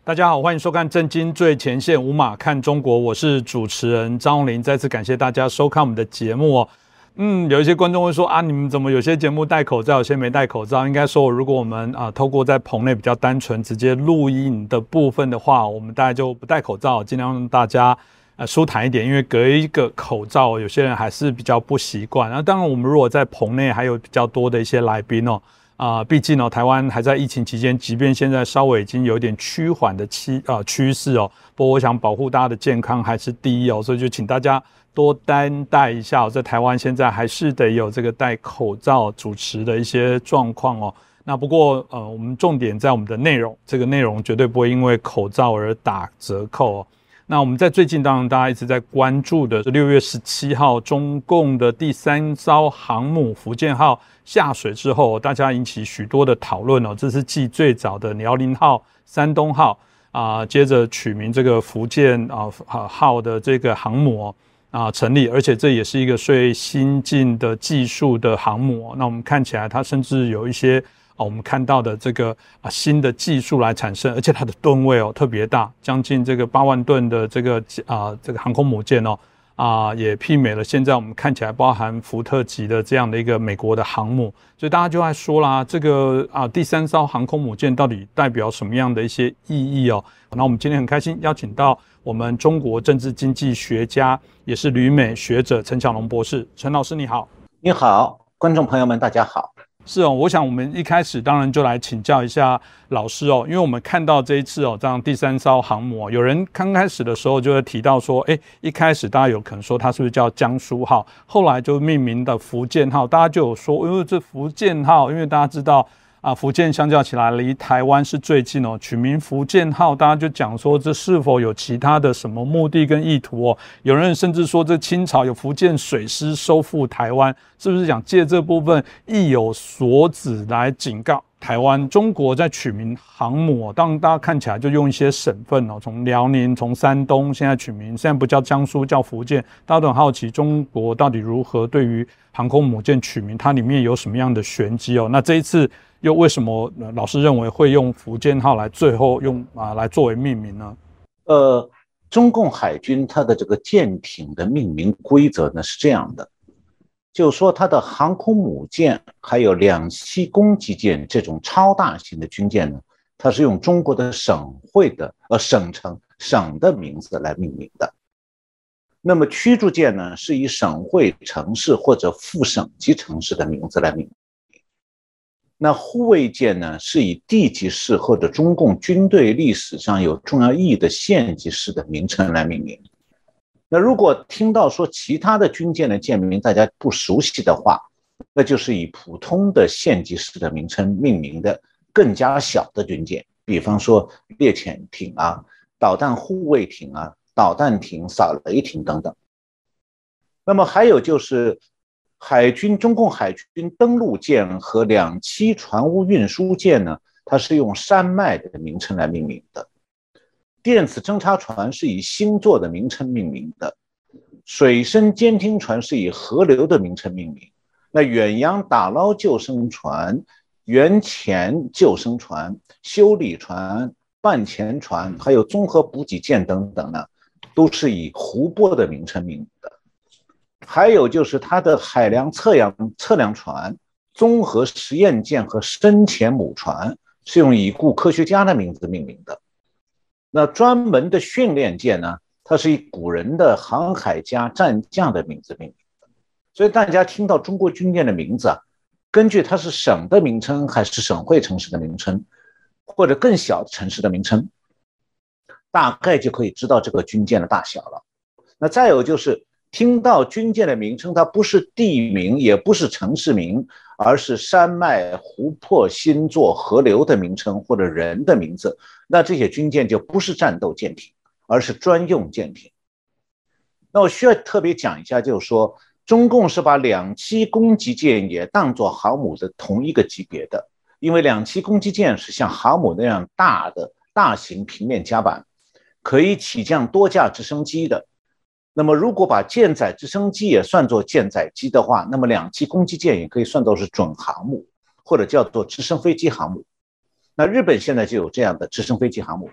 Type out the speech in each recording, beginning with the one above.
大家好，欢迎收看《震惊最前线》，无马看中国，我是主持人张宏林。再次感谢大家收看我们的节目哦。有一些观众会说啊，你们怎么有些节目戴口罩，有些没戴口罩？应该说，如果我们透过在棚内比较单纯直接录音的部分的话，我们大概就不戴口罩，尽量让大家舒坦一点，因为隔一个口罩，有些人还是比较不习惯。那当然，我们如果在棚内还有比较多的一些来宾哦。毕竟台湾还在疫情期间，即便现在稍微已经有点趋缓的趋势哦，不过我想保护大家的健康还是第一哦，所以就请大家多担待一下在台湾现在还是得有这个戴口罩主持的一些状况哦。那不过我们重点在我们的内容，这个内容绝对不会因为口罩而打折扣哦。那我们在最近当然大家一直在关注的是6月17号中共的第3艘航母福建号下水之后，大家引起许多的讨论哦。这是继最早的辽宁号、山东号接着取名这个福建号的这个航母成立，而且这也是一个最新进的技术的航母那我们看起来它甚至有一些我们看到的这个新的技术来产生，而且它的吨位特别大，将近这个8万吨的这个航空母舰也媲美了现在我们看起来包含福特级的这样的一个美国的航母，所以大家就在说啦，这个第3艘航空母舰到底代表什么样的一些意义哦？那我们今天很开心邀请到我们中国政治经济学家，也是旅美学者陈小龙博士。陈老师你好。 你好，观众朋友们大家好。 是我想我们一开始当然就来请教一下老师因为我们看到这一次这样第3艘航母有人刚开始的时候就会提到说，一开始大家有可能说它是不是叫江苏号，后来就命名的福建号，大家就有说，因为这福建号，因为大家知道福建相较起来离台湾是最近取名福建号，大家就讲说这是否有其他的什么目的跟意图有人甚至说这清朝有福建水师收复台湾，是不是想借这部分意有所指来警告台湾中国在取名航母当然大家看起来就用一些省份从辽宁从山东现在取名，现在不叫江苏叫福建，大家都很好奇中国到底如何对于航空母舰取名，它里面有什么样的玄机那这一次又为什么老师认为会用福建号来最后用来作为命名呢？ 中共海军它的这个舰艇的命名规则呢是这样的，就是说它的航空母舰还有两栖攻击舰这种超大型的军舰呢，它是用中国的省会的省的名字来命名的。那么驱逐舰呢是以省会城市或者副省级城市的名字来命名。那护卫舰呢，是以地级市或者中共军队历史上有重要意义的县级市的名称来命名。那如果听到说其他的军舰的舰名大家不熟悉的话，那就是以普通的县级市的名称命名的更加小的军舰，比方说猎潜艇导弹护卫艇导弹艇、扫雷艇等等。那么还有就是中共海军登陆舰和两栖船坞运输舰呢，它是用山脉的名称来命名的。电子侦察船是以星座的名称命名的。水深监听船是以河流的名称命名。那远洋打捞救生船、远潜救生船、修理船、半潜船，还有综合补给舰等等呢，都是以湖泊的名称命名的。还有就是它的海洋测量船、综合实验舰和深潜母船是用已故科学家的名字命名的。那专门的训练舰呢，它是以古人的航海家、战将的名字命名的。所以大家听到中国军舰的名字根据它是省的名称还是省会城市的名称，或者更小城市的名称，大概就可以知道这个军舰的大小了。那再有就是听到军舰的名称，它不是地名也不是城市名，而是山脉、湖泊、星座、河流的名称或者人的名字，那这些军舰就不是战斗舰艇，而是专用舰艇。那我需要特别讲一下，就是说中共是把两栖攻击舰也当作航母的同一个级别的，因为两栖攻击舰是像航母那样大的大型平面甲板，可以起降多架直升机的。那么如果把舰载直升机也算作舰载机的话，那么两栖攻击舰也可以算作是准航母，或者叫做直升飞机航母。那日本现在就有这样的直升飞机航母。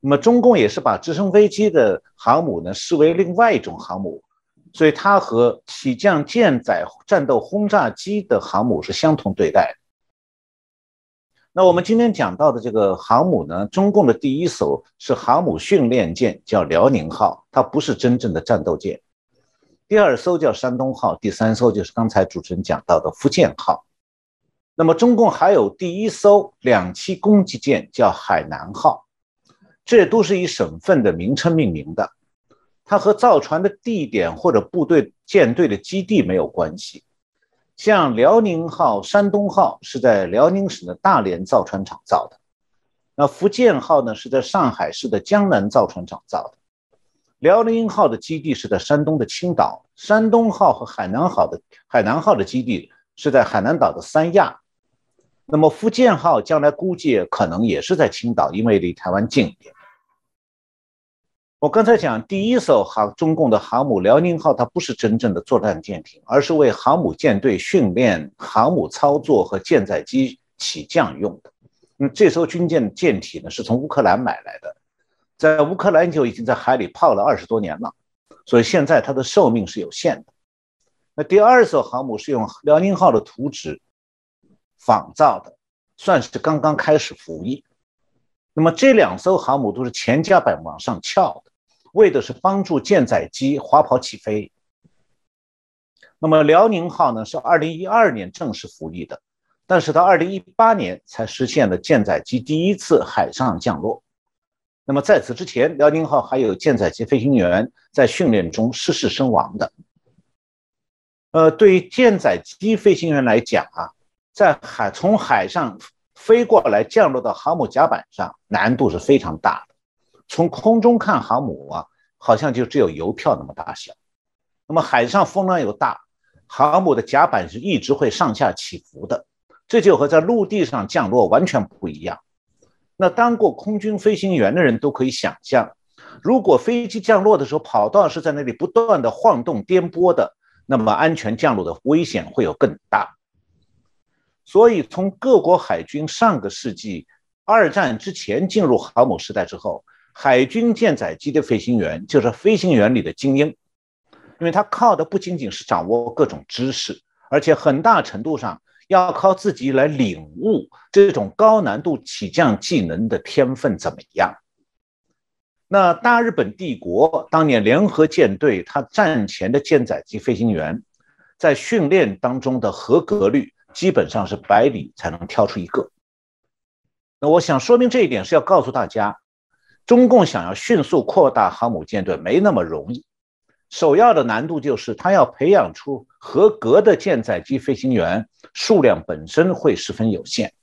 那么中共也是把直升飞机的航母呢视为另外一种航母，所以它和起降舰载战斗轰炸机的航母是相同对待的。那我们今天讲到的这个航母呢，中共的第一艘是航母训练舰，叫辽宁号，它不是真正的战斗舰。第二艘叫山东号，第三艘就是刚才主持人讲到的福建号。那么中共还有第一艘两栖攻击舰叫海南号，这都是以省份的名称命名的，它和造船的地点或者部队舰队的基地没有关系。像辽宁号、山东号是在辽宁省的大连造船厂造的，那福建号呢是在上海市的江南造船厂造的。辽宁号的基地是在山东的青岛，山东号和海南号的基地是在海南岛的三亚。那么福建号将来估计可能也是在青岛，因为离台湾近一点。我刚才讲第一艘中共的航母辽宁号，它不是真正的作战舰艇，而是为航母舰队训练、航母操作和舰载机起降用的。这艘军舰舰体呢是从乌克兰买来的，在乌克兰就已经在海里泡了20多年了，所以现在它的寿命是有限的。那第二艘航母是用辽宁号的图纸仿造的，算是刚刚开始服役。那么这两艘航母都是前甲板往上翘的，为的是帮助舰载机滑跑起飞。那么辽宁号呢是2012年正式服役的，但是到2018年才实现了舰载机第一次海上降落。那么在此之前，辽宁号还有舰载机飞行员在训练中失事身亡的。对于舰载机飞行员来讲从海上飞过来降落到航母甲板上，难度是非常大的。从空中看航母好像就只有邮票那么大小。那么海上风浪又大，航母的甲板是一直会上下起伏的，这就和在陆地上降落完全不一样。那当过空军飞行员的人都可以想象，如果飞机降落的时候跑道是在那里不断的晃动颠簸的，那么安全降落的危险会有更大。所以从各国海军上个世纪2战之前进入航母时代之后，海军舰载机的飞行员就是飞行员里的精英，因为他靠的不仅仅是掌握各种知识，而且很大程度上要靠自己来领悟这种高难度起降技能的天分怎么样。那大日本帝国当年联合舰队，他战前的舰载机飞行员在训练当中的合格率基本上是100里才能挑出一个。那我想说明这一点是要告诉大家，中共想要迅速扩大航母舰队没那么容易，首要的难度就是他要培养出合格的舰载机飞行员，数量本身会十分有限。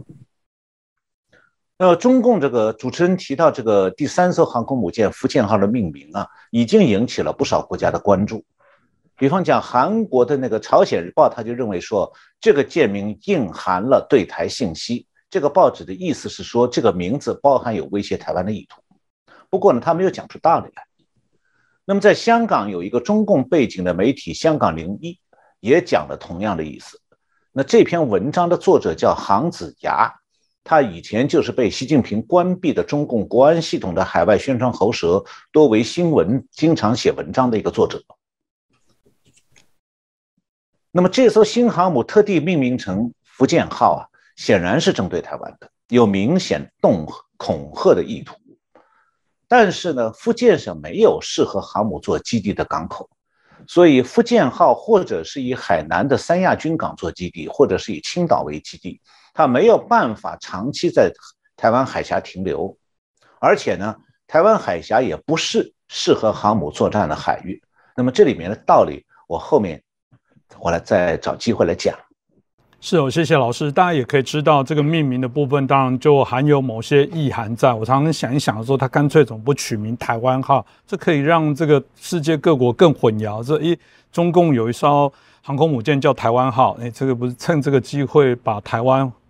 中共这个主持人提到这个第3艘航空母舰福建号的命名已经引起了不少国家的关注。比方讲韩国的那个朝鲜日报，他就认为说这个舰名蕴含了对台信息，这个报纸的意思是说这个名字包含有威胁台湾的意图。不过呢，他没有讲出道理来。那么在香港有一个中共背景的媒体香港01也讲了同样的意思。那这篇文章的作者叫杭子牙，他以前就是被习近平关闭的中共国安系统的海外宣传喉舌多维新闻经常写文章的一个作者。那么这艘新航母特地命名成福建号显然是针对台湾的，有明显恐吓的意图。但是呢，福建省没有适合航母做基地的港口，所以福建号或者是以海南的三亚军港做基地，或者是以青岛为基地，它没有办法长期在台湾海峡停留。而且呢，台湾海峡也不是适合航母作战的海域。那么这里面的道理，我后面再找机会来讲。 是谢谢老师。大家也可以知道，这个命名的部分当然就含有某些意涵在。我常常想一想的时候，他干脆怎么不取名台湾号？这可以让这个世界各国更混淆。中共有一艘航空母舰叫台湾号，这个不是趁这个机会把台湾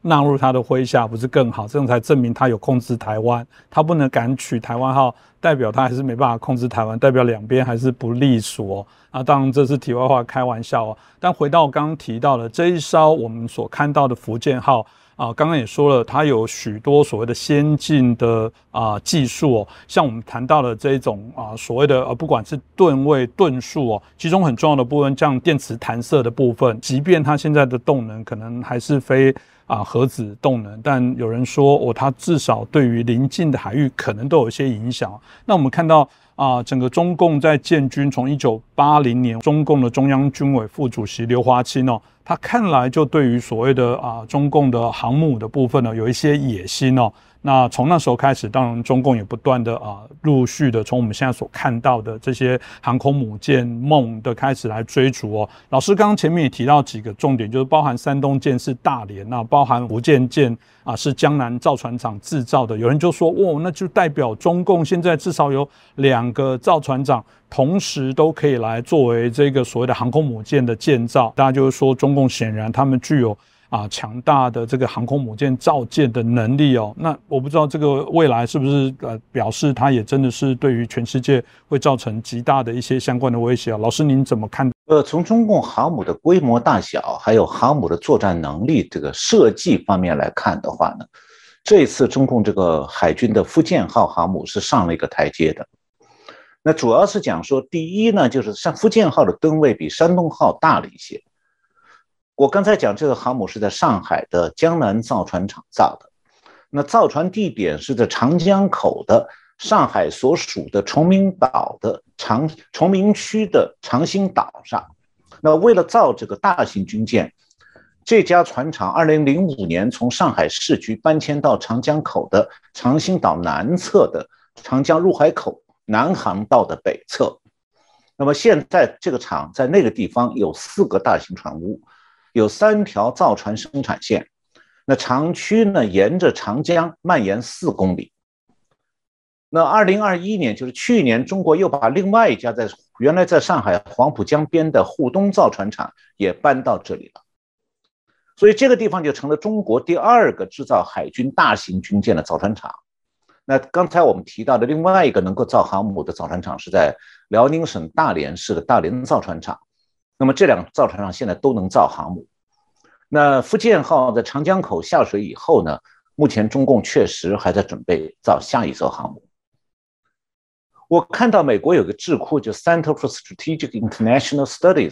纳入他的麾下，不是更好？这样才证明他有控制台湾。他不能敢取台湾号，代表他还是没办法控制台湾，代表两边还是不隶属哦。当然这是题外话，开玩笑哦。但回到我刚刚提到的这一艘我们所看到的福建号。刚刚也说了，它有许多所谓的先进的技术哦，像我们谈到的这种所谓的不管是吨位、吨数哦，其中很重要的部分，像电磁弹射的部分，即便它现在的动能可能还是非核子动能，但有人说它至少对于邻近的海域可能都有一些影响。那我们看到整个中共在建军，从1980年，中共的中央军委副主席刘华清哦，他看来就对于所谓的中共的航母的部分呢，有一些野心哦。那从那时候开始，当然中共也不断的陆续的从我们现在所看到的这些航空母舰梦的开始来追逐哦。老师刚刚前面也提到几个重点，就是包含山东舰是大连包含福建舰是江南造船厂制造的。有人就说那就代表中共现在至少有2个造船厂同时都可以来作为这个所谓的航空母舰的建造。大家就是说中共显然他们具有强大的这个航空母舰造舰的能力哦。那我不知道这个未来是不是表示它也真的是对于全世界会造成极大的一些相关的威胁老师您怎么看？ 从中共航母的规模大小，还有航母的作战能力这个设计方面来看的话呢，这一次中共这个海军的福建号航母是上了一个台阶的。那主要是讲说，第一呢，就是像福建号的吨位比山东号大了一些。我刚才讲这个航母是在上海的江南造船厂造的，那造船地点是在长江口的上海所属的崇明岛的崇明区的长兴岛上。那为了造这个大型军舰，这家船厂2005年从上海市区搬迁到长江口的长兴岛南侧的长江入海口南航道的北侧。那么现在这个厂在那个地方有4个大型船坞，有3条造船生产线，那厂区呢沿着长江蔓延4公里。那2021年，就是去年，中国又把另外一家原来在上海黄浦江边的沪东造船厂也搬到这里了，所以这个地方就成了中国第2个制造海军大型军舰的造船厂。那刚才我们提到的另外一个能够造航母的造船厂是在辽宁省大连市的大连造船厂。那么这2个造船厂现在都能造航母。那福建号在长江口下水以后呢，目前中共确实还在准备造下一艘航母。我看到美国有个智库叫 Center for Strategic International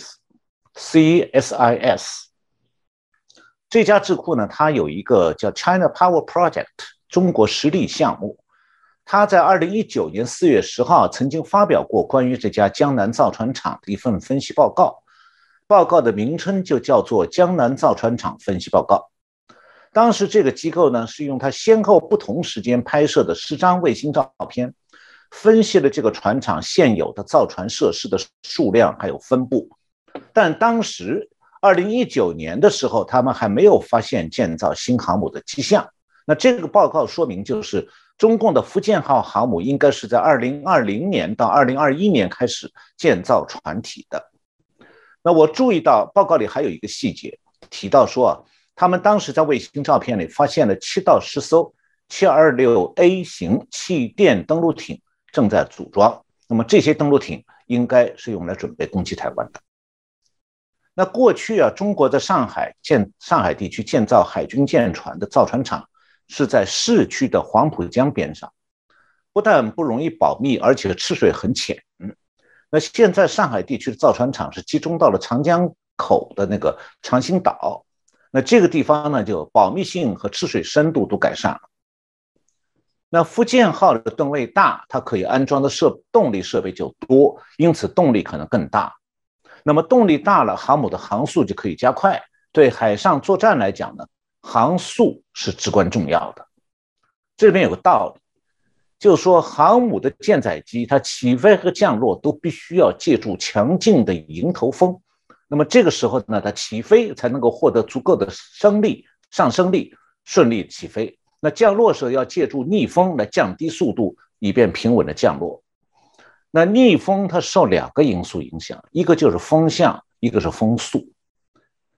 Studies，CSIS。这家智库呢，它有一个叫 China Power Project 中国实力项目。他在2019年4月10号曾经发表过关于这家江南造船厂的一份分析报告，报告的名称就叫做江南造船厂分析报告。当时这个机构呢，是用它先后不同时间拍摄的10张卫星照片，分析了这个船厂现有的造船设施的数量还有分布。但当时2019年的时候，他们还没有发现建造新航母的迹象。那这个报告说明，就是中共的福建号航母应该是在2020年到2021年开始建造船体的。那我注意到报告里还有一个细节，提到说他们当时在卫星照片里发现了7到10艘726A 型气垫登陆艇正在组装。那么这些登陆艇应该是用来准备攻击台湾的。那过去中国在上海地区建造海军舰船的造船厂是在市区的黄浦江边上，不但不容易保密，而且吃水很浅。那现在上海地区的造船厂是集中到了长江口的那个长兴岛，那这个地方呢，就保密性和吃水深度都改善了。那福建号的吨位大，它可以安装的动力设备就多，因此动力可能更大。那么动力大了，航母的航速就可以加快。对海上作战来讲呢，航速是至关重要的。这边有个道理，就是说航母的舰载机它起飞和降落都必须要借助强劲的迎头风。那么这个时候呢，它起飞才能够获得足够的上升力，顺利起飞。那降落时候要借助逆风来降低速度，以便平稳的降落。那逆风它受2个因素影响，一个就是风向，一个是风速。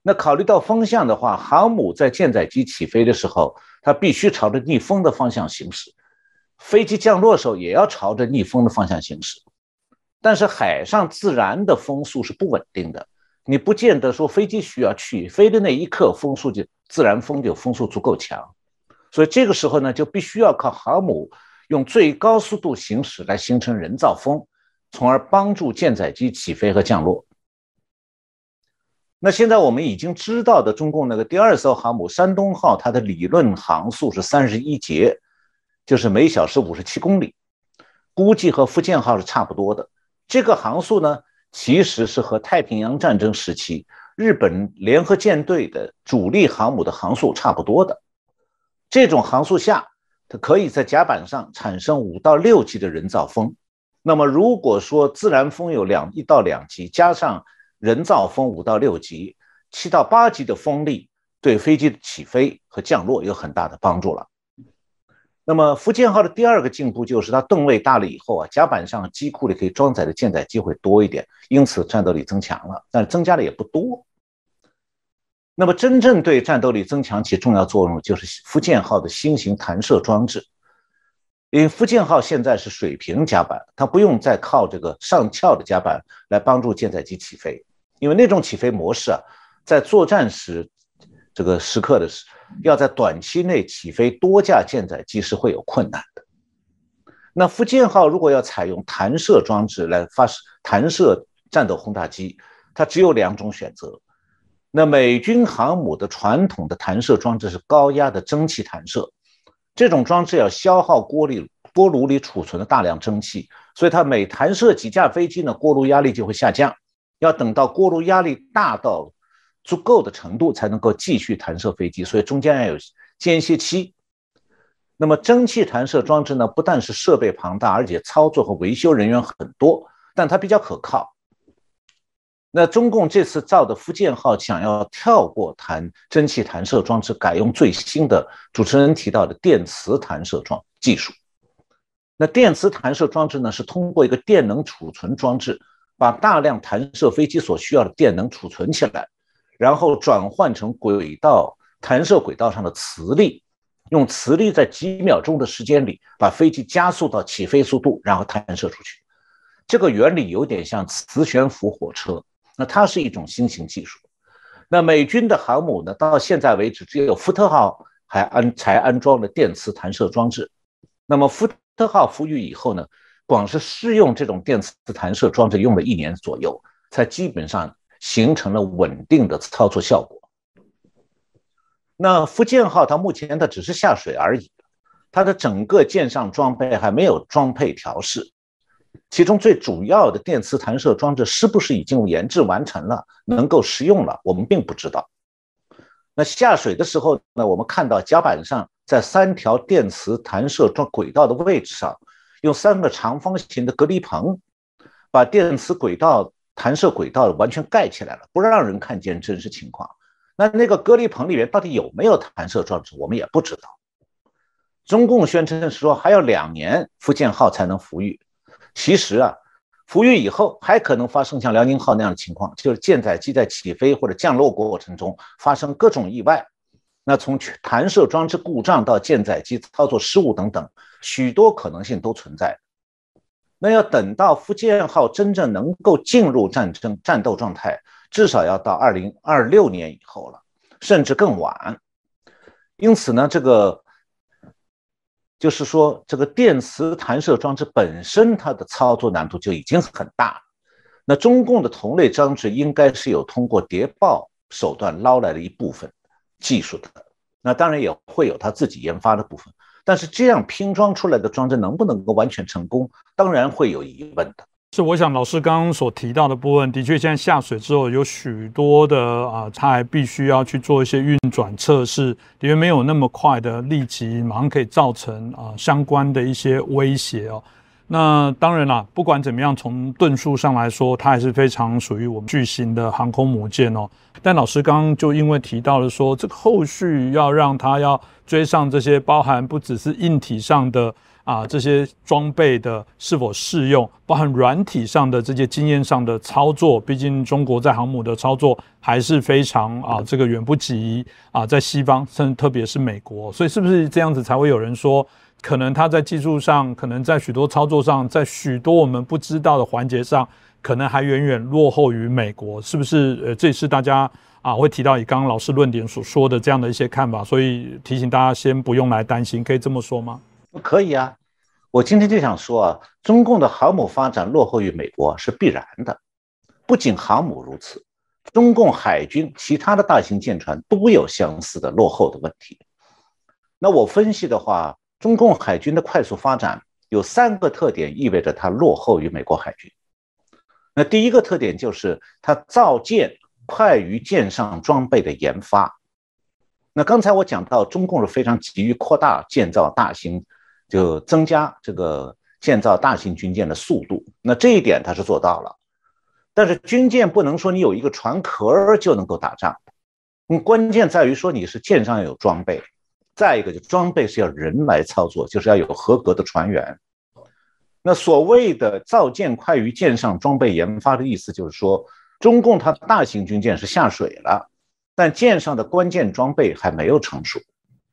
那考虑到风向的话，航母在舰载机起飞的时候，它必须朝着逆风的方向行驶；飞机降落的时候也要朝着逆风的方向行驶。但是海上自然的风速是不稳定的，你不见得说飞机需要起飞的那一刻自然风速足够强，所以这个时候呢，就必须要靠航母用最高速度行驶来形成人造风，从而帮助舰载机起飞和降落。那现在我们已经知道的中共那个第2艘航母山东号，它的理论航速是31节，就是每小时57公里，估计和福建号是差不多的。这个航速呢，其实是和太平洋战争时期日本联合舰队的主力航母的航速差不多的。这种航速下，它可以在甲板上产生5到6级的人造风。那么如果说自然风有1到2级，加上人造风5到6级，7到8级的风力对飞机的起飞和降落有很大的帮助了。那么福建号的第2个进步就是它吨位大了以后啊，甲板上机库里可以装载的舰载机会多一点，因此战斗力增强了，但增加的也不多。那么真正对战斗力增强起重要作用就是福建号的新型弹射装置。因为福建号现在是水平甲板，它不用再靠这个上翘的甲板来帮助舰载机起飞，因为那种起飞模式啊，在作战时刻的要在短期内起飞多架舰载机是会有困难的。那福建号如果要采用弹射装置来弹射战斗轰炸机，它只有2种选择。那美军航母的传统的弹射装置是高压的蒸汽弹射，这种装置要消耗锅炉里储存的大量蒸汽，所以它每弹射几架飞机呢，锅炉压力就会下降，要等到锅炉压力大到足够的程度才能够继续弹射飞机，所以中间要有间歇期。那么蒸汽弹射装置呢，不但是设备庞大，而且操作和维修人员很多，但它比较可靠。那中共这次造的福建号想要跳过蒸汽弹射装置，改用最新的主持人提到的电磁弹射技术。那电磁弹射装置呢，是通过一个电能储存装置，把大量弹射飞机所需要的电能储存起来，然后转换成弹射轨道上的磁力，用磁力在几秒钟的时间里把飞机加速到起飞速度，然后弹射出去。这个原理有点像磁悬浮火车，那它是一种新型技术。那美军的航母呢，到现在为止只有福特号才安装了电磁弹射装置。那么福特号服役以后呢，光是试用这种电磁弹射装置用了1年左右，才基本上形成了稳定的操作效果。那福建号它目前它只是下水而已，它的整个舰上装备还没有装配调试，其中最主要的电磁弹射装置是不是已经研制完成了，能够实用了，我们并不知道。那下水的时候呢，我们看到甲板上在3条电磁弹射轨道的位置上，用3个长方形的隔离棚，把电磁弹射轨道完全盖起来了，不让人看见真实情况。那个隔离棚里面到底有没有弹射装置，我们也不知道。中共宣称说还要2年福建号才能服役，其实啊，服役以后还可能发生像辽宁号那样的情况，就是舰载机在起飞或者降落过程中发生各种意外。那从弹射装置故障到舰载机操作失误等等，许多可能性都存在。那要等到福建号真正能够进入战斗状态，至少要到2026年以后了，甚至更晚。因此呢，就是说这个电磁弹射装置本身它的操作难度就已经很大了。那中共的同类装置应该是有通过谍报手段捞来的一部分技术的，那当然也会有他自己研发的部分，但是这样拼装出来的装置能不能够完全成功，当然会有疑问的。 是，我想老师刚刚所提到的部分，的确现在下水之后有许多的他还必须要去做一些运转测试，因为没有那么快的立即马上可以造成相关的一些威胁哦。那当然啦，不管怎么样，从吨数上来说，它还是非常属于我们巨型的航空母舰哦。但老师刚刚就因为提到了说，这个后续要让它要追上这些包含不只是硬体上的这些装备的是否适用，包含软体上的这些经验上的操作。毕竟中国在航母的操作还是非常这个远不及在西方，甚至特别是美国。所以是不是这样子才会有人说，可能它在技术上，可能在许多操作上，在许多我们不知道的环节上，可能还远远落后于美国？是不是？这也是大家会提到以刚刚老师论点所说的这样的一些看法，所以提醒大家先不用来担心，可以这么说吗？ 可以啊，我今天就想说中共的航母发展落后于美国是必然的。不仅航母如此，中共海军其他的大型舰船都有相似的落后的问题。那我分析的话，中共海军的快速发展有3个特点，意味着它落后于美国海军。那第一个特点就是它造舰快于舰上装备的研发。那刚才我讲到，中共是非常急于扩大建造大型，就增加这个建造大型军舰的速度。那这一点它是做到了，但是军舰不能说你有一个船壳就能够打仗，关键在于说你是舰上有装备，再一个就装备是要人来操作，就是要有合格的船员。那所谓的造舰快于舰上装备研发的意思就是说，中共它大型军舰是下水了，但舰上的关键装备还没有成熟。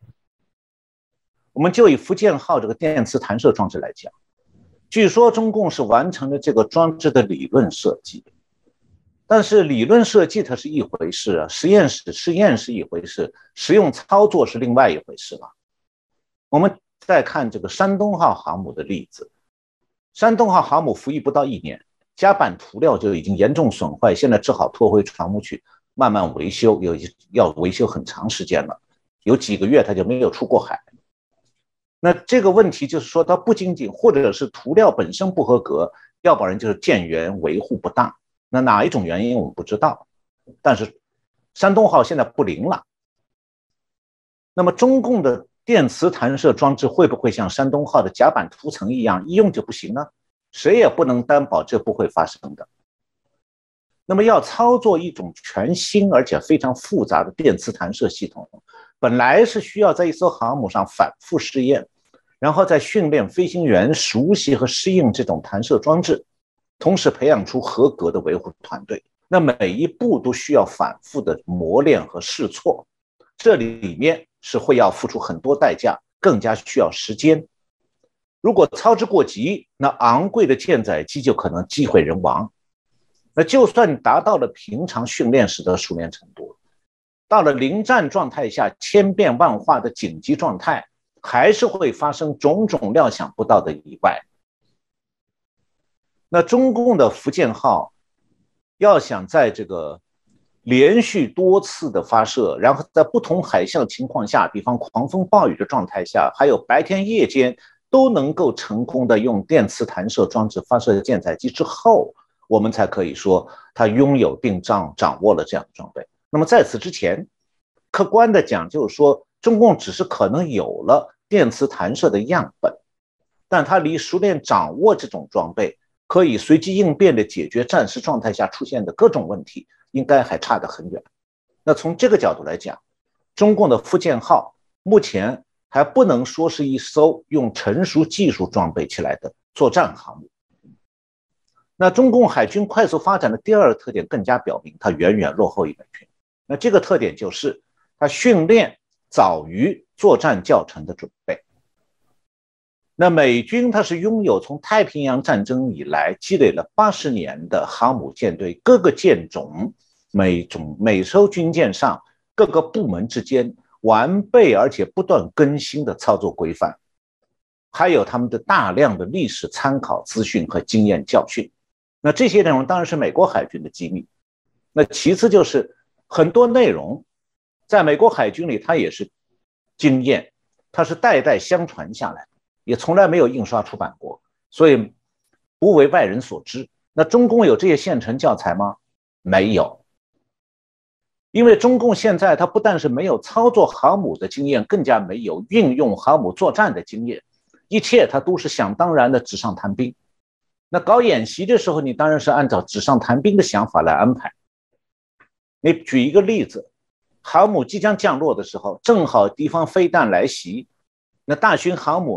我们就以福建号这个电磁弹射装置来讲，据说中共是完成了这个装置的理论设计，但是理论设计它是一回事实验室试验是一回事，实用操作是另外一回事了。我们再看这个山东号航母的例子，山东号航母服役不到1年，甲板涂料就已经严重损坏，现在只好拖回船坞去慢慢维修，要维修很长时间了，有几个月它就没有出过海。那这个问题就是说，它不仅仅或者是涂料本身不合格，要不然就是舰员维护不当。那哪一种原因我们不知道，但是山东号现在不灵了。那么中共的电磁弹射装置会不会像山东号的甲板涂层一样一用就不行呢？谁也不能担保这不会发生的。那么要操作一种全新而且非常复杂的电磁弹射系统，本来是需要在一艘航母上反复试验，然后再训练飞行员熟悉和适应这种弹射装置，同时培养出合格的维护团队。那每一步都需要反复的磨练和试错，这里面是会要付出很多代价，更加需要时间。如果操之过急，那昂贵的舰载机就可能机毁人亡。那就算你达到了平常训练时的熟练程度，到了临战状态下千变万化的紧急状态，还是会发生种种料想不到的意外。那中共的福建号要想在这个连续多次的发射，然后在不同海象情况下，比方狂风暴雨的状态下，还有白天夜间都能够成功的用电磁弹射装置发射舰载机之后，我们才可以说它拥有并掌握了这样的装备。那么在此之前，客观的讲就是说，中共只是可能有了电磁弹射的样本，但它离熟练掌握这种装备，可以随机应变的解决战时状态下出现的各种问题，应该还差得很远。那从这个角度来讲，中共的福建号目前还不能说是一艘用成熟技术装备起来的作战航母。那中共海军快速发展的第二个特点更加表明它远远落后于美军。那这个特点就是它训练早于作战教程的准备。那美军它是拥有从太平洋战争以来积累了80年的航母舰队，各个舰种每艘军舰上各个部门之间完备而且不断更新的操作规范，还有他们的大量的历史参考资讯和经验教训。那这些内容当然是美国海军的机密。那其次就是很多内容在美国海军里它也是经验，它是代代相传下来的，也从来没有印刷出版过，所以不为外人所知。那中共有这些现成教材吗？没有。因为中共现在它不但是没有操作航母的经验，更加没有运用航母作战的经验，一切它都是想当然的纸上谈兵。那搞演习的时候，你当然是按照纸上谈兵的想法来安排。你举一个例子，航母即将降落的时候，正好敌方飞弹来袭，那大型航母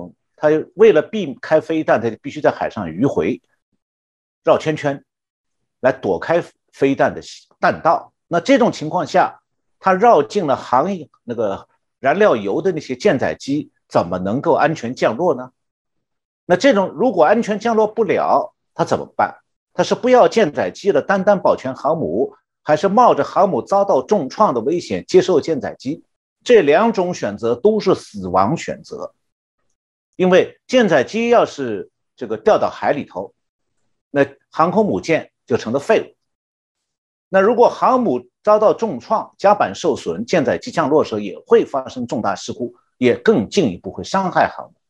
他为了避开飞弹，他必须在海上迂回，绕圈圈来躲开飞弹的弹道。那这种情况下，他绕进了那个燃料油的那些舰载机，怎么能够安全降落呢？那这种如果安全降落不了，他怎么办？他是不要舰载机了，单单保全航母，还是冒着航母遭到重创的危险接受舰载机？这两种选择都是死亡选择，因为舰载机要是这个掉到海里头，那航空母舰就成了废物。那如果航母遭到重创，甲板受损，舰载机降落时候也会发生重大事故，也更进一步会伤害航母。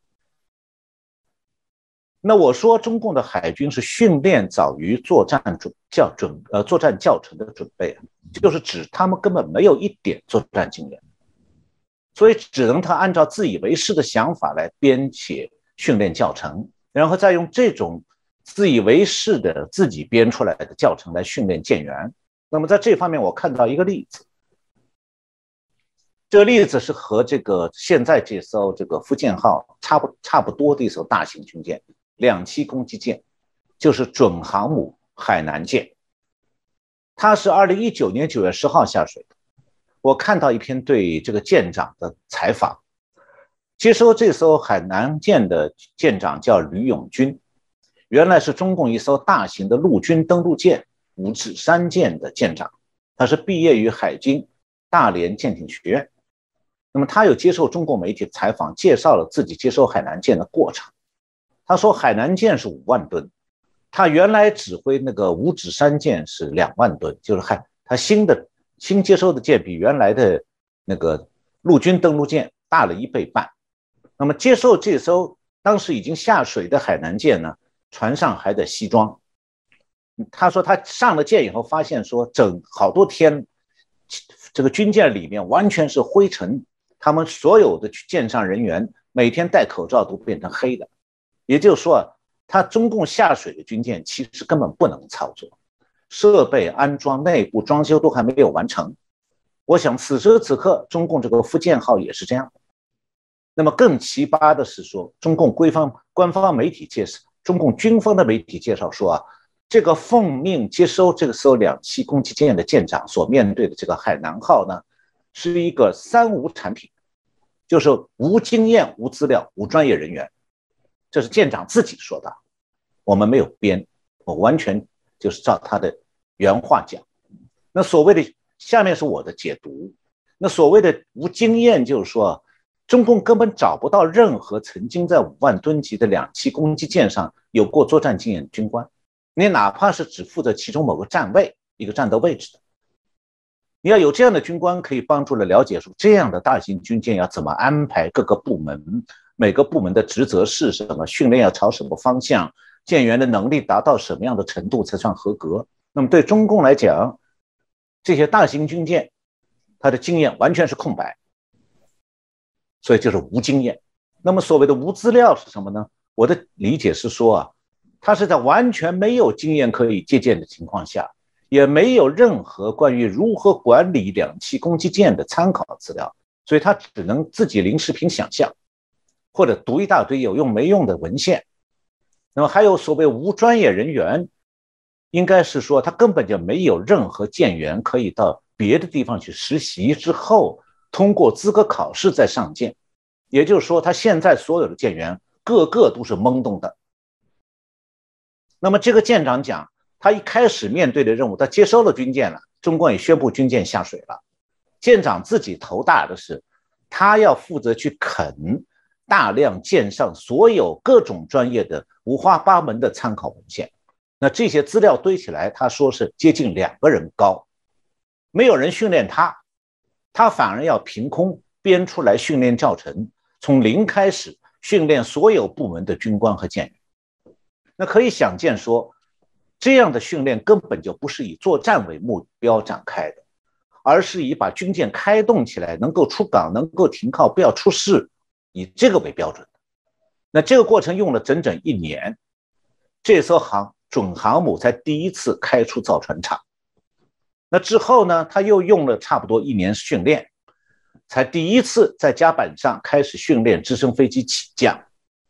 那我说中共的海军是训练早于作战教程的准备，就是指他们根本没有一点作战经验，所以只能他按照自以为是的想法来编写训练教程，然后再用这种自以为是的自己编出来的教程来训练舰员。那么在这方面我看到一个例子，这个例子是和这个现在这艘这个福建号差不多的一艘大型军舰，2栖攻击舰，就是准航母海南舰。它是2019年9月10号下水的。我看到一篇对这个舰长的采访，接收这艘海南舰的舰长叫吕永军，原来是中共一艘大型的陆军登陆舰五指山舰的舰长，他是毕业于海军大连舰艇学院。那么他有接受中国媒体采访，介绍了自己接收海南舰的过程。他说海南舰是5万吨，他原来指挥那个五指山舰是2万吨，就是他新接收的舰比原来的那个陆军登陆舰大了1倍半。那么接受这艘当时已经下水的海南舰呢，船上还得西装。他说他上了舰以后发现说好多天这个军舰里面完全是灰尘，他们所有的舰上人员每天戴口罩都变成黑的。也就是说，他中共下水的军舰其实根本不能操作，设备安装、内部装修都还没有完成。我想此时此刻中共这个福建号也是这样。那么更奇葩的是说，中共官方媒体介绍，中共军方的媒体介绍说啊，这个奉命接收这个艘2栖攻击舰的舰长所面对的这个海南号呢，是一个3无产品，就是无经验、无资料、无专业人员。这是舰长自己说的，我们没有编，我完全就是照他的原话讲。那所谓的下面是我的解读，那所谓的无经验就是说，中共根本找不到任何曾经在5万吨级的2栖攻击舰上有过作战经验的军官，你哪怕是只负责其中某个站位、一个战斗位置的，你要有这样的军官，可以帮助了解出这样的大型军舰要怎么安排各个部门，每个部门的职责是什么，训练要朝什么方向，舰员的能力达到什么样的程度才算合格。那么对中共来讲，这些大型军舰它的经验完全是空白，所以就是无经验。那么所谓的无资料是什么呢？我的理解是说啊，它是在完全没有经验可以借鉴的情况下，也没有任何关于如何管理2栖攻击舰的参考资料，所以他只能自己临时凭想象，或者读一大堆有用没用的文献。那么还有所谓无专业人员，应该是说他根本就没有任何舰员可以到别的地方去实习之后通过资格考试再上舰，也就是说他现在所有的舰员个个都是懵懂的。那么这个舰长讲，他一开始面对的任务，他接收了军舰了，中共也宣布军舰下水了，舰长自己头大的是他要负责去啃大量舰上所有各种专业的五花八门的参考文献。那这些资料堆起来，他说是接近2个人高，没有人训练他，他反而要凭空编出来训练教程，从零开始训练所有部门的军官和舰员。那可以想见说，这样的训练根本就不是以作战为目标展开的，而是以把军舰开动起来，能够出港，能够停靠，不要出事，以这个为标准的。那这个过程用了整整1年，这艘准航母才第一次开出造船厂。那之后呢，他又用了差不多1年训练，才第一次在甲板上开始训练直升飞机起降。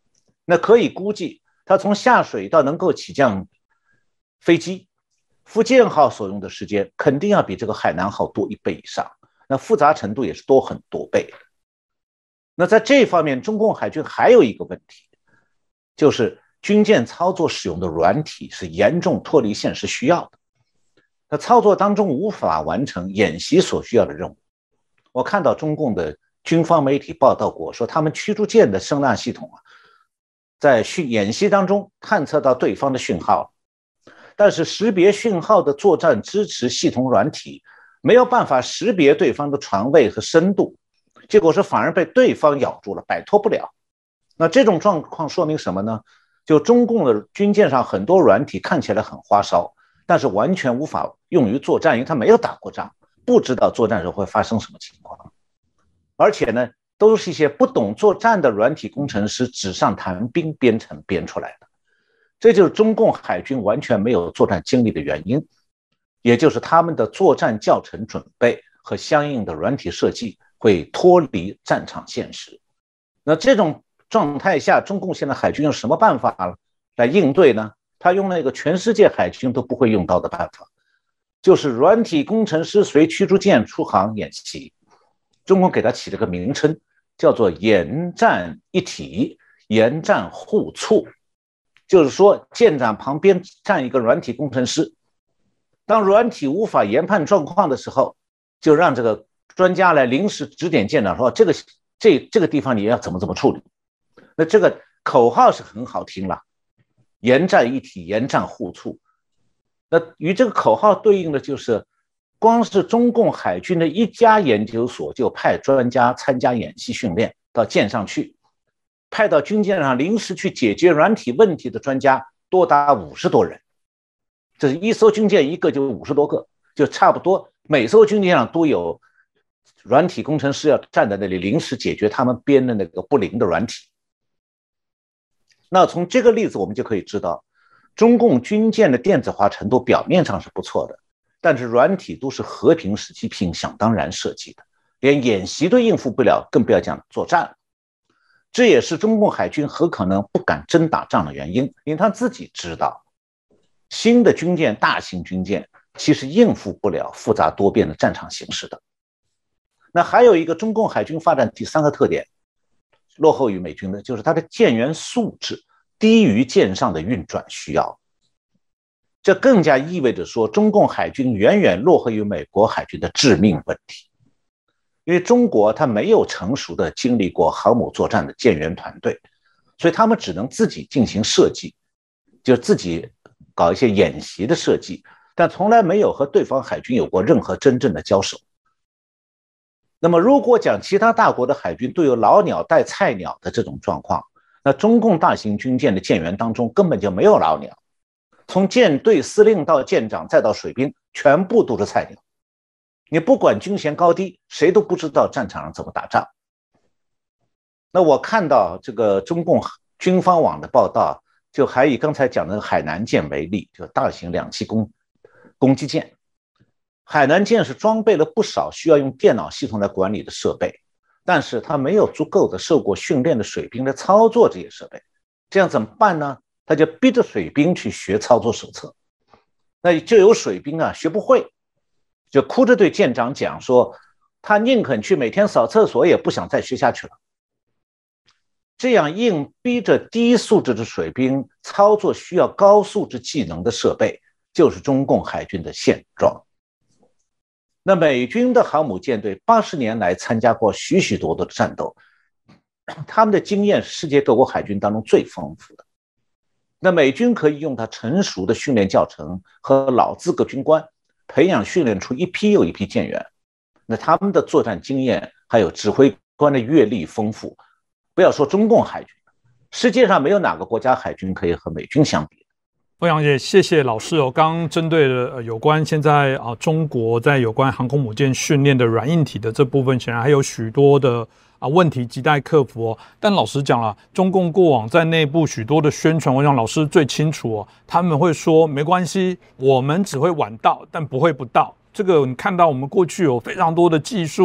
那可以估计，它从下水到能够起降飞机，福建号所用的时间肯定要比这个海南号多1倍以上，那复杂程度也是多很多倍。那在这方面，中共海军还有一个问题，就是军舰操作使用的软体是严重脱离现实需要的，那操作当中无法完成演习所需要的任务。我看到中共的军方媒体报道过，说他们驱逐舰的声纳系统在演习当中探测到对方的讯号，但是识别讯号的作战支持系统软体没有办法识别对方的船位和深度，结果是反而被对方咬住了，摆脱不了。那这种状况说明什么呢？就中共的军舰上很多软体看起来很花哨，但是完全无法用于作战，因为他没有打过仗，不知道作战时候会发生什么情况。而且呢，都是一些不懂作战的软体工程师纸上谈兵编出来的。这就是中共海军完全没有作战经历的原因，也就是他们的作战教程准备和相应的软体设计会脱离战场现实。那这种状态下，中共现在海军用什么办法来应对呢？他用那个全世界海军都不会用到的办法，就是软体工程师随驱逐舰出航演习。中共给它起了个名称，叫做研战一体，研战互促，就是说舰长旁边站一个软体工程师，当软体无法研判状况的时候，就让这个专家来临时指点舰长说这个地方你要怎么处理。那这个口号是很好听了，研战一体，研战互促。那与这个口号对应的就是光是中共海军的一家研究所就派专家参加演习训练到舰上去，派到军舰上临时去解决软体问题的专家多达50多人，这是一艘军舰一个就50多个，就差不多每艘军舰上都有软体工程师要站在那里临时解决他们编的那个不灵的软体。那从这个例子我们就可以知道，中共军舰的电子化程度表面上是不错的，但是软体都是和平时期凭想当然设计的，连演习都应付不了，更不要讲作战。这也是中共海军很可能不敢真打仗的原因，因为他自己知道新的军舰，大型军舰其实应付不了复杂多变的战场形势的。那还有一个中共海军发展第3个特点，落后于美军的，就是它的舰员素质低于舰上的运转需要。这更加意味着说，中共海军远远落后于美国海军的致命问题。因为中国它没有成熟的经历过航母作战的舰员团队，所以他们只能自己进行设计，就自己搞一些演习的设计，但从来没有和对方海军有过任何真正的交手。那么如果讲其他大国的海军都有老鸟带菜鸟的这种状况，那中共大型军舰的舰员当中根本就没有老鸟，从舰队司令到舰长再到水兵，全部都是菜鸟。你不管军衔高低，谁都不知道战场上怎么打仗。那我看到这个中共军方网的报道，就还以刚才讲的海南舰为例，就大型2栖攻击舰。海南舰是装备了不少需要用电脑系统来管理的设备，但是它没有足够的受过训练的水兵来操作这些设备，这样怎么办呢？他就逼着水兵去学操作手册，那就有水兵学不会，就哭着对舰长讲说，他宁肯去每天扫厕所，也不想再学下去了。这样硬逼着低素质的水兵操作需要高素质技能的设备，就是中共海军的现状。那美军的航母舰队80年来参加过许许多多的战斗，他们的经验是世界各国海军当中最丰富的。那美军可以用它成熟的训练教程和老资格军官培养训练出一批又一批舰员，那他们的作战经验还有指挥官的阅历丰富，不要说中共海军，世界上没有哪个国家海军可以和美军相比。 欧阳也谢谢老师哦。刚刚针对了有关现在中国在有关航空母舰训练的软硬体的这部分，显然还有许多的问题亟待克服哦。但老实讲了，中共过往在内部许多的宣传，我想老师最清楚哦。他们会说没关系，我们只会晚到，但不会不到。这个你看到我们过去有非常多的技术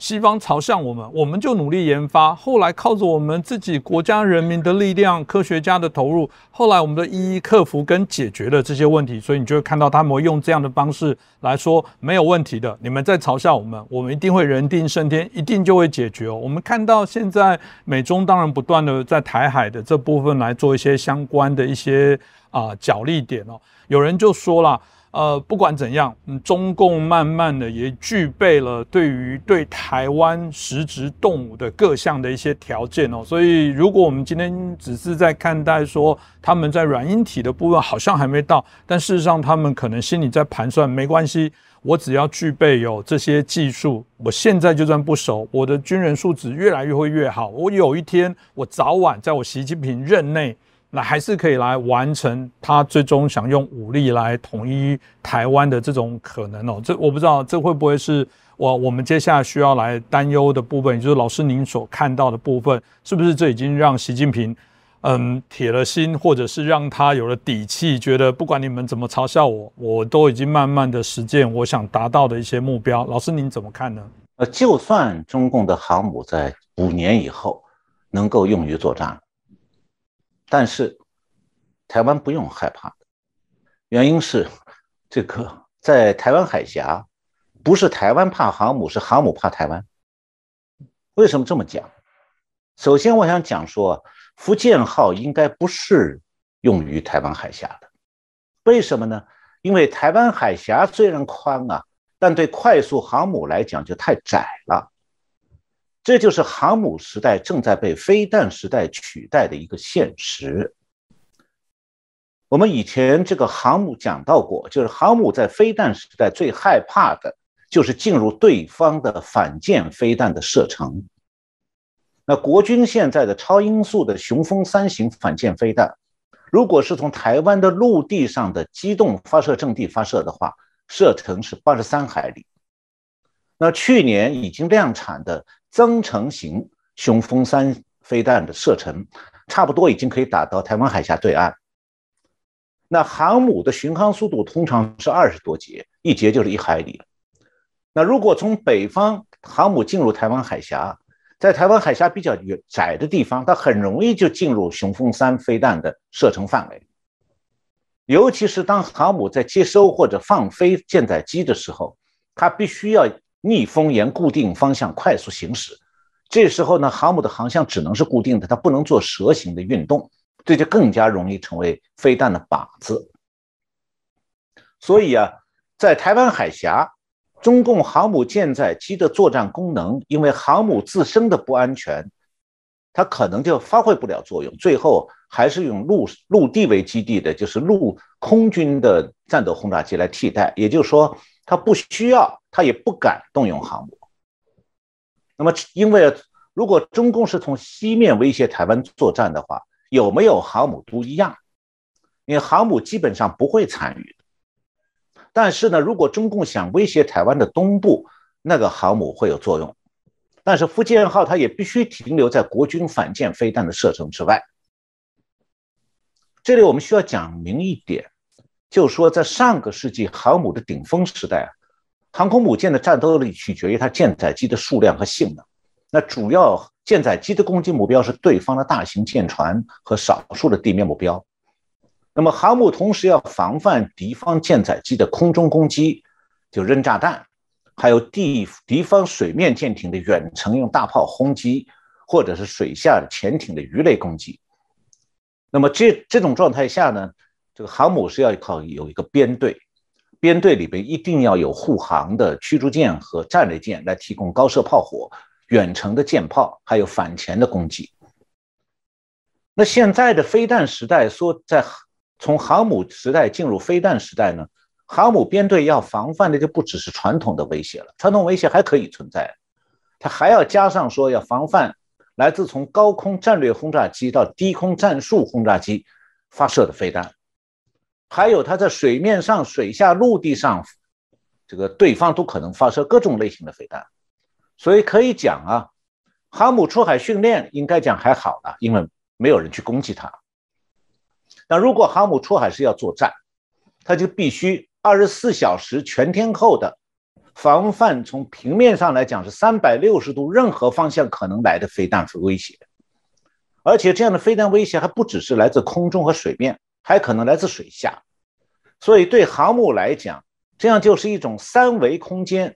西方朝向我们，我们就努力研发，后来靠着我们自己国家人民的力量、科学家的投入，后来我们的一一克服跟解决了这些问题，所以你就会看到他们会用这样的方式来说没有问题的，你们在嘲笑我们，我们一定会人定胜天，一定就会解决哦。我们看到现在美中当然不断的在台海的这部分来做一些相关的一些角力点哦，有人就说了。不管怎样，中共慢慢的也具备了对台湾实质动武的各项的一些条件哦，所以如果我们今天只是在看待说他们在软硬体的部分好像还没到，但事实上他们可能心里在盘算，没关系，我只要具备有这些技术，我现在就算不熟，我的军人素质越来越会越好，我有一天我早晚在我习近平任内。那还是可以来完成他最终想用武力来统一台湾的这种可能哦，这我不知道这会不会是我们接下来需要来担忧的部分，也就是老师您所看到的部分，是不是这已经让习近平铁了心，或者是让他有了底气，觉得不管你们怎么嘲笑我，我都已经慢慢的实践我想达到的一些目标。老师您怎么看呢？ 就算中共的航母在5年以后能够用于作战，但是台湾不用害怕，原因是这个在台湾海峡，不是台湾怕航母，是航母怕台湾。为什么这么讲？首先我想讲说，福建号应该不是用于台湾海峡的。为什么呢？因为台湾海峡虽然宽啊，但对快速航母来讲就太窄了。这就是航母时代正在被飞弹时代取代的一个现实。我们以前这个航母讲到过，就是航母在飞弹时代最害怕的就是进入对方的反舰飞弹的射程。那国军现在的超音速的雄风3型反舰飞弹，如果是从台湾的陆地上的机动发射阵地发射的话，射程是83海里。那去年已经量产的增程型雄风3飞弹的射程，差不多已经可以打到台湾海峡对岸。那航母的巡航速度通常是20多节，一节就是1海里。那如果从北方航母进入台湾海峡，在台湾海峡比较窄的地方，它很容易就进入雄风3飞弹的射程范围。尤其是当航母在接收或者放飞舰载机的时候，它必须要逆风沿固定方向快速行驶。这时候呢，航母的航向只能是固定的，它不能做蛇形的运动，这就更加容易成为飞弹的靶子。所以啊，在台湾海峡，中共航母舰载机的作战功能，因为航母自身的不安全，它可能就发挥不了作用，最后还是用陆地为基地的，就是陆空军的战斗轰炸机来替代。也就是说，它不需要，它也不敢动用航母。那么，因为如果中共是从西面威胁台湾作战的话，有没有航母都一样，因为航母基本上不会参与。但是呢，如果中共想威胁台湾的东部，那个航母会有作用。但是福建号它也必须停留在国军反舰飞弹的射程之外。这里我们需要讲明一点，就是说在上个世纪航母的顶峰时代，航空母舰的战斗力取决于它舰载机的数量和性能。那主要舰载机的攻击目标是对方的大型舰船和少数的地面目标。那么航母同时要防范敌方舰载机的空中攻击，就扔炸弹，还有敌方水面舰艇的远程用大炮轰击，或者是水下潜艇的鱼雷攻击。那么这种状态下呢，这个航母是要靠有一个编队，编队里边一定要有护航的驱逐舰和战列舰来提供高射炮火、远程的舰炮，还有反潜的攻击。那现在的飞弹时代说从航母时代进入飞弹时代呢，航母编队要防范的就不只是传统的威胁了，传统威胁还可以存在，它还要加上说要防范来自从高空战略轰炸机到低空战术轰炸机发射的飞弹，还有它在水面上、水下、陆地上，这个对方都可能发射各种类型的飞弹。所以可以讲啊，航母出海训练应该讲还好了，因为没有人去攻击它。那如果航母出海是要作战，它就必须24小时全天候的防范从平面上来讲是360度任何方向可能来的飞弹威胁，而且这样的飞弹威胁还不只是来自空中和水面，还可能来自水下。所以对航母来讲，这样就是一种三维空间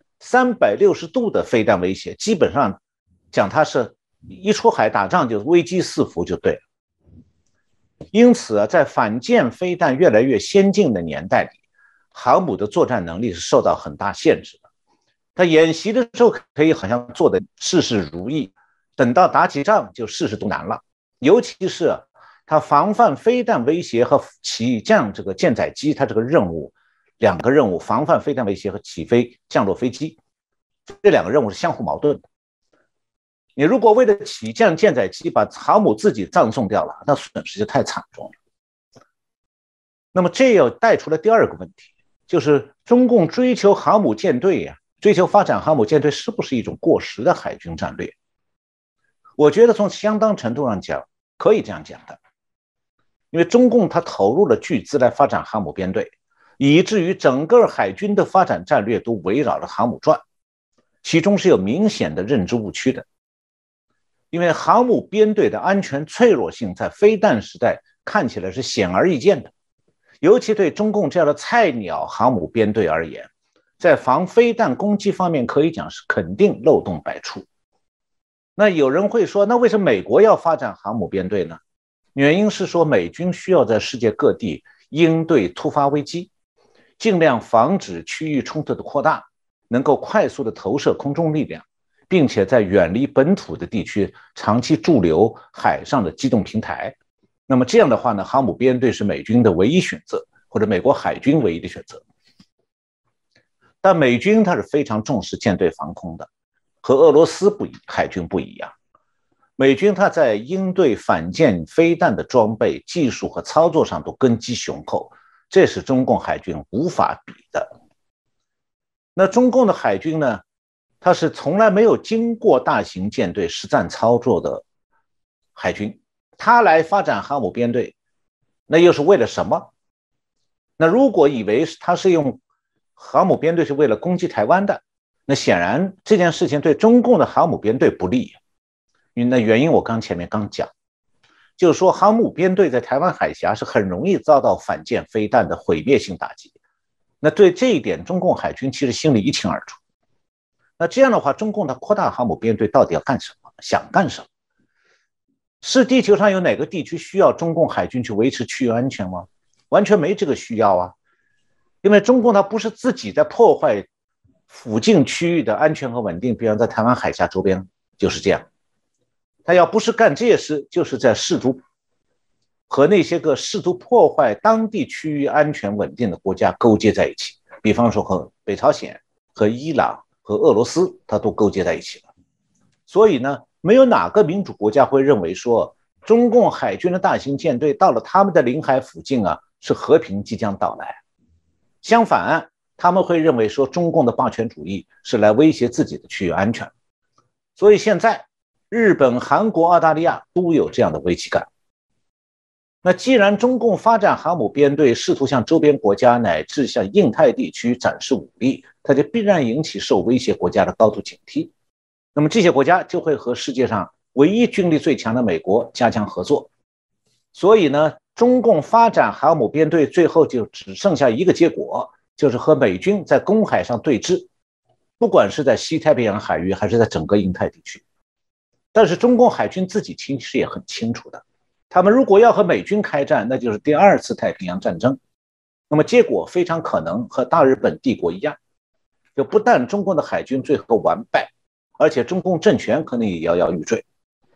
360度的飞弹威胁，基本上讲它是一出海打仗就危机四伏就对了。因此在反舰飞弹越来越先进的年代里，航母的作战能力是受到很大限制的。他演习的时候可以好像做的事事如意，等到打起仗就事事都难了。尤其是他防范飞弹威胁和起降这个舰载机，他这个任务两个任务，防范飞弹威胁和起飞降落飞机，这两个任务是相互矛盾的。你如果为了起降舰载机把航母自己葬送掉了，那损失就太惨重了。那么这又带出了第二个问题，就是中共追求航母舰队呀，追求发展航母舰队是不是一种过时的海军战略？我觉得从相当程度上讲，可以这样讲的。因为中共它投入了巨资来发展航母编队，以至于整个海军的发展战略都围绕着航母转，其中是有明显的认知误区的。因为航母编队的安全脆弱性在飞弹时代看起来是显而易见的，尤其对中共这样的菜鸟航母编队而言，在防飞弹攻击方面可以讲是肯定漏洞百出。那有人会说，那为什么美国要发展航母编队呢？原因是说美军需要在世界各地应对突发危机，尽量防止区域冲突的扩大，能够快速的投射空中力量，并且在远离本土的地区长期驻留海上的机动平台。那么这样的话呢，航母编队是美军的唯一选择，或者美国海军唯一的选择。但美军它是非常重视舰队防空的，和俄罗斯海军不一样。美军它在应对反舰飞弹的装备、技术和操作上都根基雄厚，这是中共海军无法比的。那中共的海军呢，它是从来没有经过大型舰队实战操作的海军，它来发展航母编队，那又是为了什么？那如果以为它是用航母编队是为了攻击台湾的，那显然这件事情对中共的航母编队不利。那原因我前面刚讲，就是说航母编队在台湾海峡是很容易遭到反舰飞弹的毁灭性打击。那对这一点，中共海军其实心里一清二楚。那这样的话，中共的扩大航母编队到底要干什么？想干什么？是地球上有哪个地区需要中共海军去维持区域安全吗？完全没这个需要啊！因为中共它不是自己在破坏附近区域的安全和稳定，比方在台湾海峡周边就是这样。他要不是干这些事，就是在试图和那些个试图破坏当地区域安全稳定的国家勾结在一起，比方说和北朝鲜、和伊朗、和俄罗斯，他都勾结在一起了。所以呢，没有哪个民主国家会认为说，中共海军的大型舰队到了他们的领海附近啊，是和平即将到来。相反，他们会认为说，中共的霸权主义是来威胁自己的区域安全。所以现在日本、韩国、澳大利亚都有这样的危机感。那既然中共发展航母编队，试图向周边国家乃至向印太地区展示武力，它就必然引起受威胁国家的高度警惕。那么这些国家就会和世界上唯一军力最强的美国加强合作。所以呢，中共发展航母编队最后就只剩下一个结果，就是和美军在公海上对峙，不管是在西太平洋海域还是在整个印太地区。但是中共海军自己其实也很清楚的，他们如果要和美军开战，那就是第二次太平洋战争，那么结果非常可能和大日本帝国一样，就不但中共的海军最后完败，而且中共政权可能也摇摇欲坠。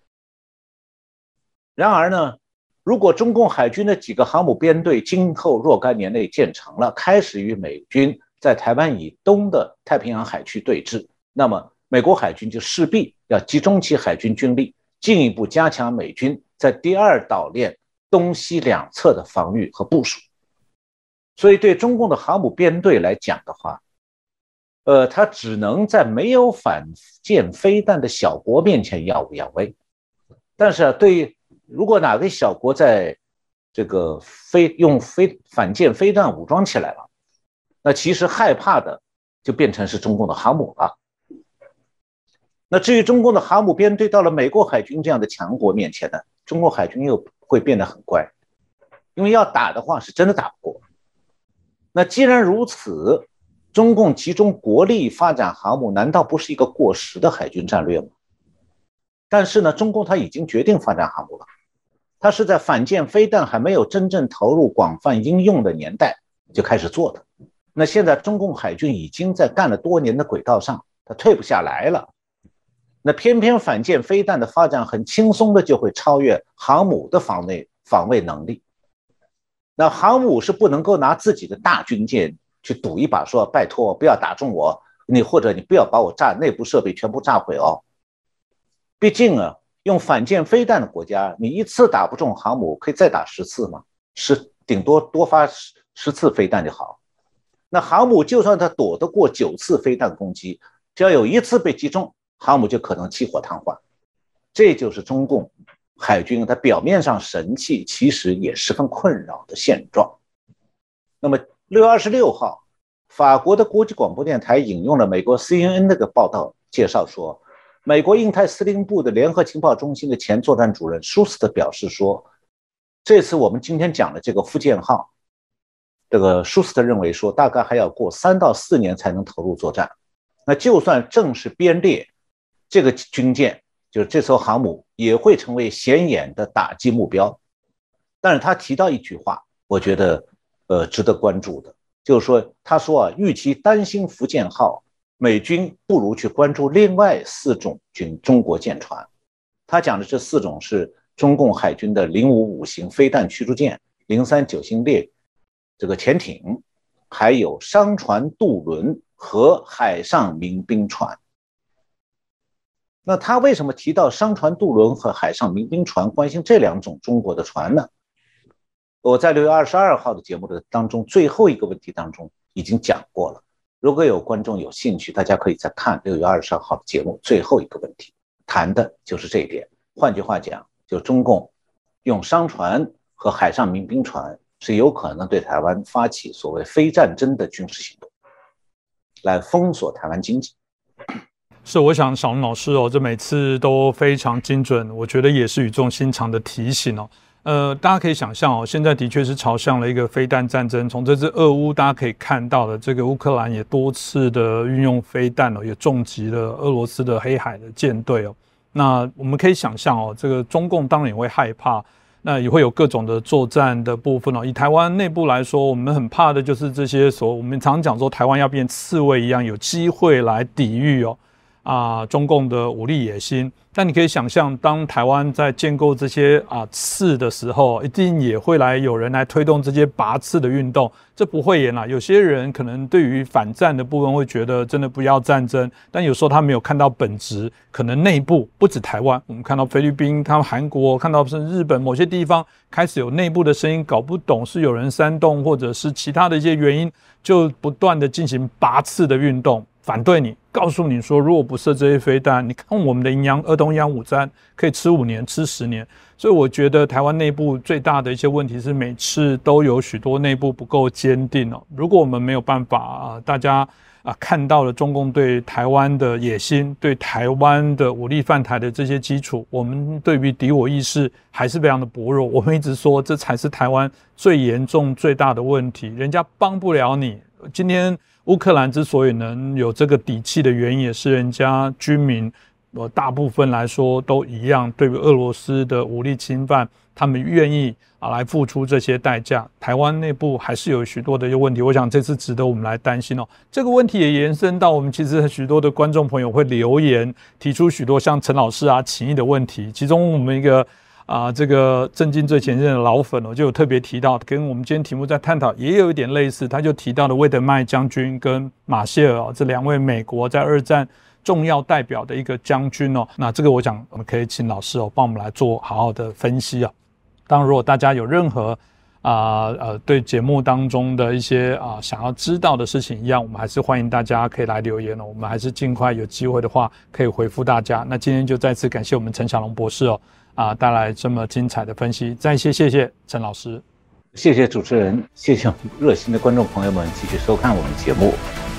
然而呢，如果中共海军的几个航母编队今后若干年内建成了，开始与美军在台湾以东的太平洋海区对峙，那么美国海军就势必要集中其海军军力，进一步加强美军在第二岛链东西两侧的防御和部署。所以对中共的航母编队来讲的话，它只能在没有反舰飞弹的小国面前耀武扬威。但是如果哪个小国在这个用反舰飞弹武装起来了，那其实害怕的就变成是中共的航母了。那至于中共的航母编队到了美国海军这样的强国面前呢，中国海军又会变得很乖，因为要打的话是真的打不过。那既然如此，中共集中国力发展航母，难道不是一个过时的海军战略吗？但是呢，中共他已经决定发展航母了，他是在反舰飞弹还没有真正投入广泛应用的年代就开始做的。那现在中共海军已经在干了多年的轨道上，他退不下来了。那偏偏反舰飞弹的发展很轻松的就会超越航母的防卫能力。那航母是不能够拿自己的大军舰去赌一把，说拜托不要打中我，或者你不要把我内部设备全部炸毁哦。毕竟啊，用反舰飞弹的国家，你一次打不中航母，可以再打10次吗？顶多多发10次飞弹就好。那航母就算它躲得过9次飞弹攻击，只要有1次被击中，航母就可能起火瘫痪。这就是中共海军它表面上神气，其实也十分困扰的现状。那么6月26号，法国的国际广播电台引用了美国 CNN 那个报道介绍说，美国印太司令部的联合情报中心的前作战主任舒斯特表示说，这次我们今天讲的这个福建号，这个舒斯特认为说，大概还要过3到4年才能投入作战。那就算正式编列，这个军舰就是这艘航母也会成为显眼的打击目标。但是他提到一句话，我觉得值得关注的，就是说他说啊，与其担心福建号，美军不如去关注另外4种中国舰船。他讲的这4种是中共海军的055型飞弹驱逐舰、039型这个潜艇，还有商船、渡轮和海上民兵船。那他为什么提到商船、渡轮和海上民兵船，关心这2种中国的船呢？我在6月22号的节目的当中，最后一个问题当中已经讲过了。如果有观众有兴趣，大家可以再看6月22号的节目，最后一个问题谈的就是这一点。换句话讲，就中共用商船和海上民兵船是有可能对台湾发起所谓非战争的军事行动，来封锁台湾经济。 是，我想小龙老师哦，这每次都非常精准，我觉得也是语重心长的提醒哦。大家可以想象哦，现在的确是朝向了一个飞弹战争。从这次俄乌大家可以看到的，这个乌克兰也多次的运用飞弹哦，也重击了俄罗斯的黑海的舰队哦。那我们可以想象哦，这个中共当然也会害怕，那也会有各种的作战的部分哦。以台湾内部来说，我们很怕的就是这些我们常讲说台湾要变刺猬一样，有机会来抵御哦。中共的武力野心，但你可以想象，当台湾在建构这些刺的时候，一定也会有人来推动这些拔刺的运动。这不会演啦。有些人可能对于反战的部分会觉得真的不要战争，但有时候他没有看到本质，可能内部不止台湾，我们看到菲律宾、看到韩国、看到是日本某些地方开始有内部的声音，搞不懂是有人煽动，或者是其他的一些原因，就不断的进行拔刺的运动。反对你，告诉你说，如果不设这些飞弹，你看我们的儿童营养午餐可以吃5年、吃10年。所以我觉得台湾内部最大的一些问题是，每次都有许多内部不够坚定哦。如果我们没有办法大家看到了中共对台湾的野心，对台湾的武力犯台的这些基础，我们对于敌我意识还是非常的薄弱。我们一直说，这才是台湾最严重、最大的问题。人家帮不了你。今天乌克兰之所以能有这个底气的原因，也是人家军民大部分来说都一样，对于俄罗斯的武力侵犯，他们愿意来付出这些代价。台湾内部还是有许多的一些问题，我想这次值得我们来担心哦。这个问题也延伸到我们其实许多的观众朋友会留言提出许多像陈老师情义的问题，其中我们一个这个政经最前线的老粉就有特别提到，跟我们今天题目在探讨也有一点类似，他就提到了魏德迈将军跟马歇尔这2位美国在2战重要代表的一个将军哦。那这个我想我们可以请老师帮我们来做好好的分析啊。当然，如果大家有任何对节目当中的一些想要知道的事情一样，我们还是欢迎大家可以来留言哦。我们还是尽快有机会的话可以回复大家。那今天就再次感谢我们陈小龙博士带来这么精彩的分析，再谢谢陈老师， 谢谢主持人，谢谢热心的观众朋友们继续收看我们节目。